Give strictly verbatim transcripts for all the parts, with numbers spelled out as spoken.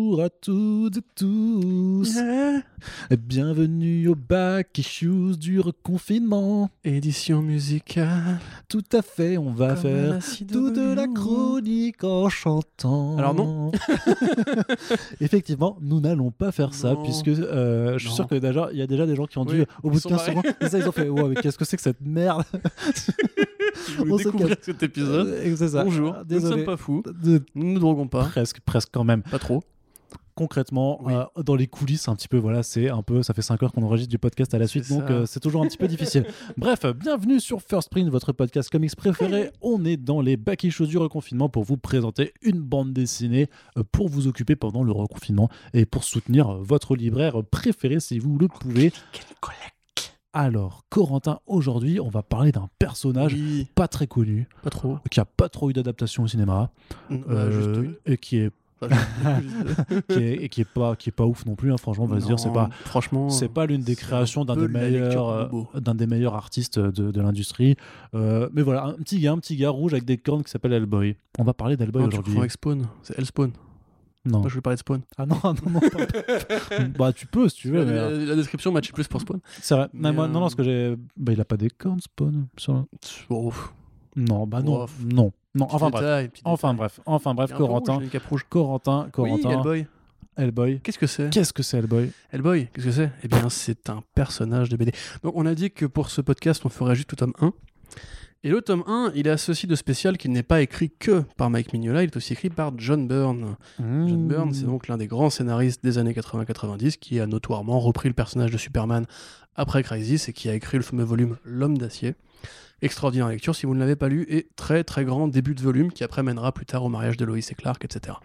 Bonjour à toutes et tous. Yeah. Bienvenue au Back Issues du reconfinement. Édition musicale. Tout à fait, on va Comme faire un acide toute la oignon. chronique en chantant. Alors non. Effectivement, nous n'allons pas faire ça Non. puisque euh, je suis Non. sûr qu'il y a déjà des gens qui ont Oui, dû, au ils bout de sont quinze barrés. secondes, et ça, ils ont fait wow, mais qu'est-ce que c'est que cette merde. Je voulais On se découvrir casse. cet épisode. Euh, c'est ça. Bonjour, nous ne Désolé. sommes pas fous, De- nous ne nous droguons pas, Presque, presque quand même. pas trop. Concrètement, Oui. euh, dans les coulisses, un petit peu, voilà, c'est un peu, ça fait cinq heures qu'on enregistre du podcast à la suite, C'est donc ça. euh, c'est toujours un petit peu difficile. Bref, euh, bienvenue sur First Print, votre podcast comics préféré. On est dans les back issues du reconfinement pour vous présenter une bande dessinée euh, pour vous occuper pendant le reconfinement et pour soutenir euh, votre libraire préféré si vous le pouvez. Quel collègue. Alors, Corentin, aujourd'hui, on va parler d'un personnage Oui, pas très connu, pas trop. qui a pas trop eu d'adaptation au cinéma, Bah, euh, juste une. et qui est Enfin, juste- juste- qui est, et qui est pas qui est pas ouf non plus, hein, franchement, on va se dire, c'est Non, pas franchement, c'est pas l'une des c'est créations un d'un peu des de la lecture meilleurs euh, bobo. d'un des meilleurs artistes de, de l'industrie. Euh, mais voilà, un petit gars, un petit gars rouge avec des cornes qui s'appelle Hellboy. On va parler d'Hellboy Non, tu aujourd'hui. confonds avec Spawn, c'est Hellspawn. Non. Moi je voulais parler de Spawn. Ah non, non, non. pas- bah tu peux si tu veux. la, Mais, la- euh, la description matchait plus pour Spawn. c'est vrai. mais, non, moi, non, non, euh, parce que j'ai. Bah il a pas des cornes, Spawn. sur- Oh, Non, bah non, Ouf. non, non. petit Enfin bref. détail, petit Enfin détail. bref, enfin bref, Il est un peu rouge, Corentin, il a une cape rouge. Corentin, Oui, Corentin, Hellboy. Hellboy. Qu'est-ce que c'est Qu'est-ce que c'est Hellboy? Hellboy, qu'est-ce que c'est Eh bien, c'est un personnage de B D. Donc, on a dit que pour ce podcast, on ferait juste le tome un. Et le tome un, il a ceci de spécial qu'il n'est pas écrit que par Mike Mignola, il est aussi écrit par John Byrne. John Byrne, c'est donc l'un des grands scénaristes des années quatre-vingts quatre-vingt-dix qui a notoirement repris le personnage de Superman après Crisis et qui a écrit le fameux volume L'Homme d'Acier. Extraordinaire lecture si vous ne l'avez pas lu, et très très grand début de volume qui après mènera plus tard au mariage de Lois et Clark, et cetera.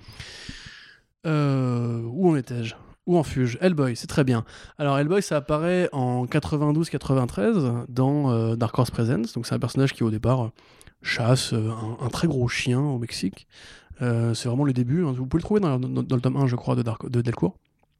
Euh, où en étais-je Où en fus-je Hellboy, c'est très bien. Alors Hellboy, ça apparaît en quatre-vingt-douze quatre-vingt-treize dans euh, Dark Horse Presents, donc c'est un personnage qui au départ euh, chasse euh, un, un très gros chien au Mexique. Euh, c'est vraiment le début, hein. Vous pouvez le trouver dans, dans- dans le tome un, je crois, de, Dark, de Delcourt,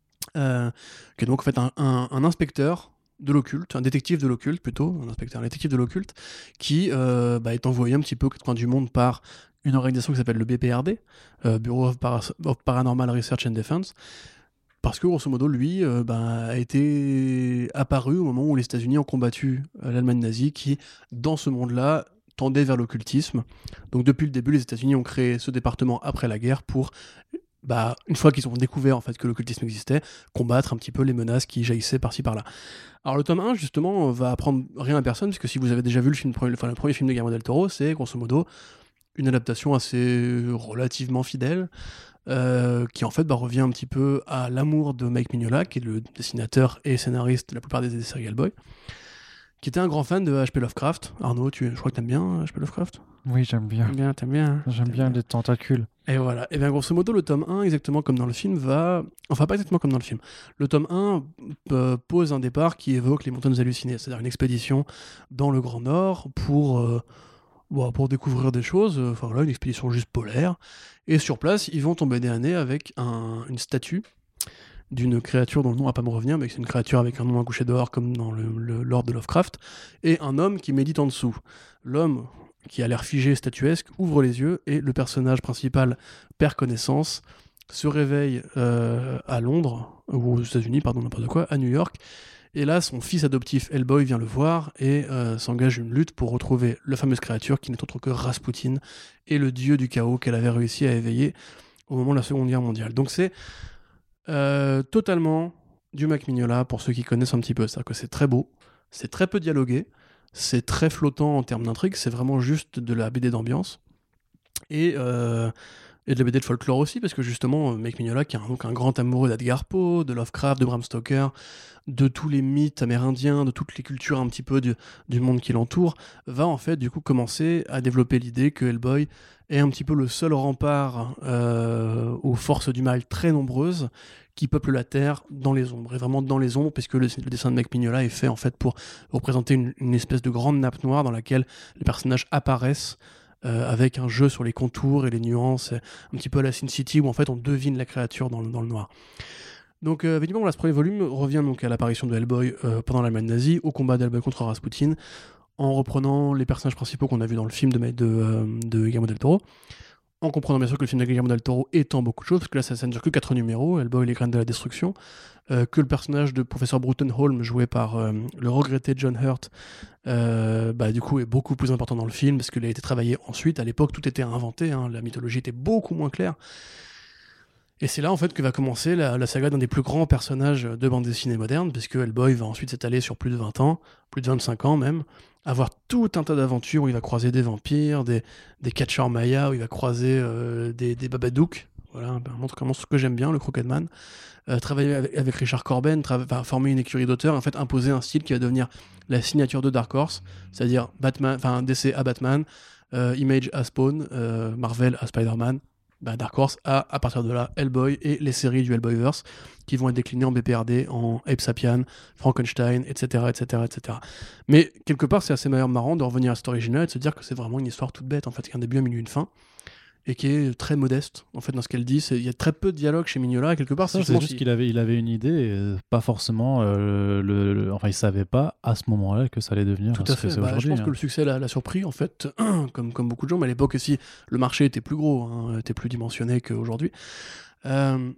euh, qui est donc en fait un, un- un inspecteur de l'occulte, un détective de l'occulte plutôt, un inspecteur, un détective de l'occulte, qui euh, bah, est envoyé un petit peu aux quatre coins du monde par une organisation qui s'appelle le B P R D, euh, Bureau of, Para- of Paranormal Research and Defense, parce que grosso modo, lui euh, bah, a été apparu au moment où les États-Unis ont combattu euh, l'Allemagne nazie, qui, dans ce monde-là, tendait vers l'occultisme. Donc depuis le début, les États-Unis ont créé ce département après la guerre pour, bah, une fois qu'ils ont découvert en fait que l'occultisme existait, combattre un petit peu les menaces qui jaillissaient par-ci par-là. Alors le tome un, justement, va apprendre rien à personne, puisque si vous avez déjà vu le, film, enfin, le premier film de Guillermo del Toro, c'est grosso modo une adaptation assez relativement fidèle, euh, qui en fait bah, revient un petit peu à l'amour de Mike Mignola, qui est le dessinateur et scénariste de la plupart des, des séries Hellboy, qui était un grand fan de H P Lovecraft. Arnaud, tu, je crois que t'aimes bien H P Lovecraft. Oui, j'aime bien. T'aimes bien, t'aimes bien. J'aime T'aimes bien les tentacules. Et voilà. Et bien grosso modo, le tome un, exactement comme dans le film, va... Enfin, pas exactement comme dans le film. Le tome un euh, pose un départ qui évoque les montagnes hallucinées, c'est-à-dire une expédition dans le Grand Nord pour... euh, Bon, pour découvrir des choses, euh, enfin voilà, une expédition juste polaire. Et sur place, ils vont tomber nez à nez avec un, une statue d'une créature dont le nom va pas me revenir, mais c'est une créature avec un nom à coucher dehors, comme dans le, le Lord de Lovecraft, et un homme qui médite en dessous. L'homme, qui a l'air figé, statuesque, ouvre les yeux, et le personnage principal perd connaissance, se réveille euh, à Londres, ou aux États-Unis, pardon, n'importe quoi, à New York. Et là, son fils adoptif Hellboy vient le voir et euh, s'engage une lutte pour retrouver la fameuse créature qui n'est autre que Rasputin et le dieu du chaos qu'elle avait réussi à éveiller au moment de la Seconde Guerre mondiale. Donc c'est euh, totalement du Mike Mignola pour ceux qui connaissent un petit peu. C'est-à-dire que c'est très beau, c'est très peu dialogué, c'est très flottant en termes d'intrigue, c'est vraiment juste de la B D d'ambiance. Et... Euh, Et de la B D de folklore aussi, parce que justement, Mike Mignola, qui est un, donc un grand amoureux d'Edgar Poe, de Lovecraft, de Bram Stoker, de tous les mythes amérindiens, de toutes les cultures un petit peu du, du monde qui l'entoure, va en fait du coup commencer à développer l'idée que Hellboy est un petit peu le seul rempart euh, aux forces du mal très nombreuses qui peuplent la Terre dans les ombres, et vraiment dans les ombres, puisque le, le dessin de Mike Mignola est fait en fait pour représenter une, une espèce de grande nappe noire dans laquelle les personnages apparaissent Euh, avec un jeu sur les contours et les nuances, un petit peu à la Sin City, où en fait on devine la créature dans le, dans le noir. Donc euh, évidemment, là, ce premier volume revient donc à l'apparition de Hellboy euh, pendant l'Allemagne nazie, au combat d'Hellboy contre Rasputin, en reprenant les personnages principaux qu'on a vus dans le film de, de, euh, de Guillermo del Toro, en comprenant bien sûr que le film de Guillermo del Toro étend beaucoup de choses, parce que là ça, ça ne dure que quatre numéros, Hellboy, les graines de la destruction, euh, que le personnage de professeur Brutenholm, joué par euh, le regretté John Hurt, euh, bah, du coup est beaucoup plus important dans le film, parce qu'il a été travaillé ensuite. À l'époque, tout était inventé, hein, la mythologie était beaucoup moins claire. Et c'est là en fait que va commencer la, la saga d'un des plus grands personnages de bande dessinée moderne, puisque Hellboy va ensuite s'étaler sur plus de vingt ans, plus de vingt-cinq ans même, avoir tout un tas d'aventures où il va croiser des vampires, des, des catcheurs mayas, où il va croiser euh, des, des babadouks, voilà, ben, montre comment ce que j'aime bien, le Crooked Man, euh, travailler avec, avec Richard Corben, tra- enfin, former une écurie d'auteurs, en fait imposer un style qui va devenir la signature de Dark Horse, c'est-à-dire Batman, enfin D C à Batman, euh, Image à Spawn, euh, Marvel à Spider-Man. Bah, Dark Horse a, à partir de là, Hellboy et les séries du Hellboyverse qui vont être déclinées en B P R D, en Abe Sapien, Frankenstein, et cetera, et cetera, et cetera. Mais quelque part, c'est assez marrant de revenir à cette originale et de se dire que c'est vraiment une histoire toute bête, en fait, qui a un début, un milieu, une fin, et qui est très modeste, en fait, dans ce qu'elle dit. Il y a très peu de dialogue chez Mignola, et quelque part, Ça, c'est, c'est juste si... qu'il avait, il avait une idée, et euh, pas forcément euh, le, le- Enfin, il savait pas à ce moment-là que ça allait devenir. Tout ce à que fait. c'est Bah, je aujourd'hui, pense hein. que le succès l'a, l'a surpris, en fait, comme, comme beaucoup de gens, mais à l'époque aussi, le marché était plus gros, hein, était plus dimensionné qu'aujourd'hui. Euh,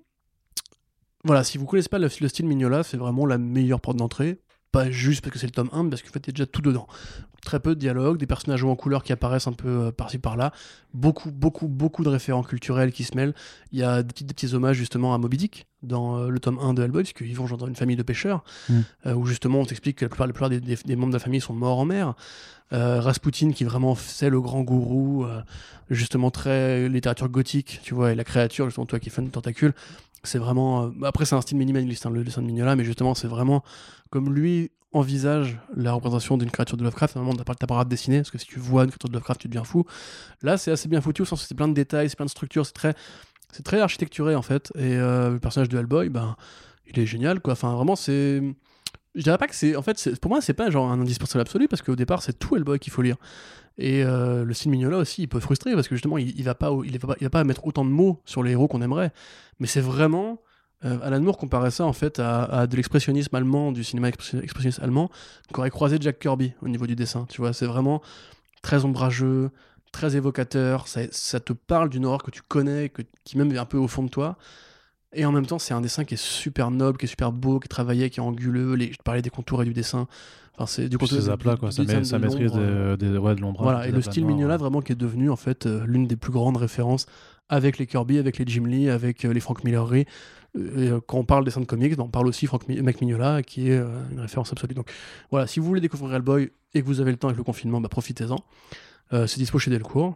Voilà, si vous connaissez pas le, le style Mignola, c'est vraiment la meilleure porte d'entrée. Pas juste parce que c'est le tome un, mais parce qu'en fait, il y a déjà tout dedans. Très peu de dialogue, des personnages en couleur qui apparaissent un peu euh, par-ci par-là. Beaucoup, beaucoup, beaucoup de référents culturels qui se mêlent. Il y a des petits, des petits hommages justement à Moby Dick dans euh, le tome un de Hellboy, puisqu'ils vont dans une famille de pêcheurs, Mm. euh, où justement on t'explique que la plupart, la plupart des, des- des membres de la famille sont morts en mer. Euh, Rasputin qui vraiment c'est le grand gourou, euh, justement très littérature gothique, tu vois, et la créature, justement, toi qui fais une tentacule. C'est vraiment. euh, Après, c'est un style minimaliste, hein, le dessin de Mignola, mais justement, c'est vraiment comme lui envisage la représentation d'une créature de Lovecraft. Normalement, t'as pas, t'as pas le droit de dessiner, parce que si tu vois une créature de Lovecraft, tu deviens fou. Là, c'est assez bien foutu, au sens où c'est plein de détails, c'est plein de structures, c'est très, c'est très architecturé, en fait. Et euh, le personnage de Hellboy, ben, il est génial, quoi. Enfin, vraiment, c'est. Je dirais pas que c'est. En fait, c'est- pour moi, c'est pas genre un indispensable absolu, parce qu'au départ, c'est tout Hellboy qu'il faut lire. Et euh, le style Mignola aussi, il peut frustrer parce que justement, il, il va pas, au- il va pas, il va pas mettre autant de mots sur les héros qu'on aimerait. Mais c'est vraiment euh, Alan Moore comparait ça en fait à, à de l'expressionnisme allemand, du cinéma expression- expressionniste allemand, qu'aurait croisé Jack Kirby au niveau du dessin. Tu vois, c'est vraiment très ombrageux, très évocateur. Ça, ça te parle d'une horreur que tu connais, que, qui même est un peu au fond de toi. Et en même temps, c'est un dessin qui est super noble, qui est super beau, qui est travaillé, qui est anguleux. Les, je te parlais des contours et du dessin. Enfin, c'est du Puis contour ces aplats, quoi. Ça, met, ça maîtrise de, de, ouais, de l'ombrage. voilà, des et le aplats style noirs, Mignola ouais. vraiment qui est devenu en fait euh, l'une des plus grandes références avec les Kirby, avec les Jim Lee, avec euh, les Frank Millery. Euh, et, euh, quand on parle des dessins de comics, ben, on parle aussi Frank Mi- Mac Mignola qui est euh, une référence absolue. Donc voilà, si vous voulez découvrir Hellboy et que vous avez le temps avec le confinement, bah, profitez-en. Euh, c'est dispo chez Delcourt.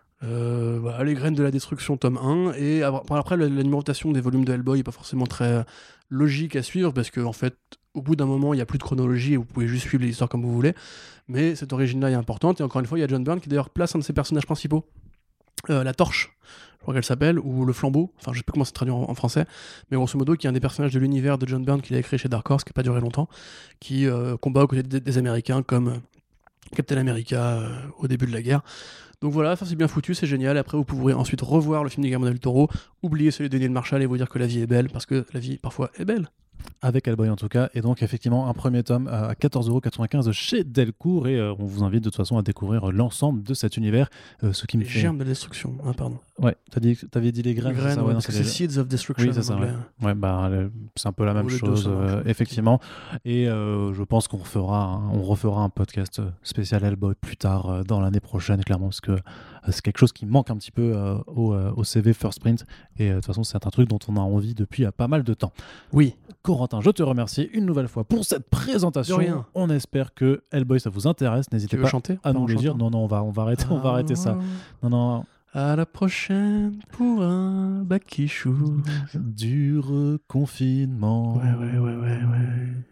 Euh, voilà, les graines de la destruction, tome un. Et après, après, la, la numérotation des volumes de Hellboy n'est pas forcément très euh, logique à suivre parce qu'en en fait, au bout d'un moment, il n'y a plus de chronologie et vous pouvez juste suivre les histoires comme vous voulez. Mais cette origine-là est importante. Et encore une fois, il y a John Byrne qui d'ailleurs place un de ses personnages principaux, euh, la torche, je crois qu'elle s'appelle, ou le flambeau. Enfin, je sais pas comment c'est traduit en, en français. Mais grosso modo, qui est un des personnages de l'univers de John Byrne qu'il a écrit chez Dark Horse, qui n'a pas duré longtemps, qui euh, combat aux côtés des, des Américains comme euh, Captain America euh, au début de la guerre. Donc voilà, ça c'est bien foutu, c'est génial. Après, vous pourrez ensuite revoir le film de Guillermo del Toro, oublier celui de Daniel Marshall et vous dire que la vie est belle, parce que la vie parfois est belle. Avec Hellboy en tout cas, et donc effectivement un premier tome à quatorze euros quatre-vingt-quinze chez Delcourt, et euh, on vous invite de toute façon à découvrir l'ensemble de cet univers, euh, ce qui me Les fait... germes de destruction, hein, pardon. Ouais, t'as dit, t'avais dit les graines, Les c'est graines, ça, ouais, ouais, parce non, que c'est les- Seeds of Destruction Oui, c'est en ça, anglais. ouais. Ouais, bah, le- c'est un peu la même Ou les deux, chose, ça marche, euh, ouais. effectivement. Et euh, je pense qu'on refera, un- on refera un podcast euh, spécial Hellboy plus tard euh, dans l'année prochaine, clairement, parce que euh, c'est quelque chose qui manque un petit peu euh, au, euh, au C V First Print. Et euh, de toute façon, c'est un truc dont on a envie depuis euh, pas mal de temps. Oui. Corentin, je te remercie une nouvelle fois pour cette présentation. De rien. On espère que Hellboy, ça vous intéresse. N'hésitez Tu veux pas chanter à Pas nous en le dire. chantant Non, non, on va, on va arrêter, on va arrêter ça. Non, non. À la prochaine pour un bac qui chou. Du reconfinement. Ouais, ouais, ouais, ouais, ouais.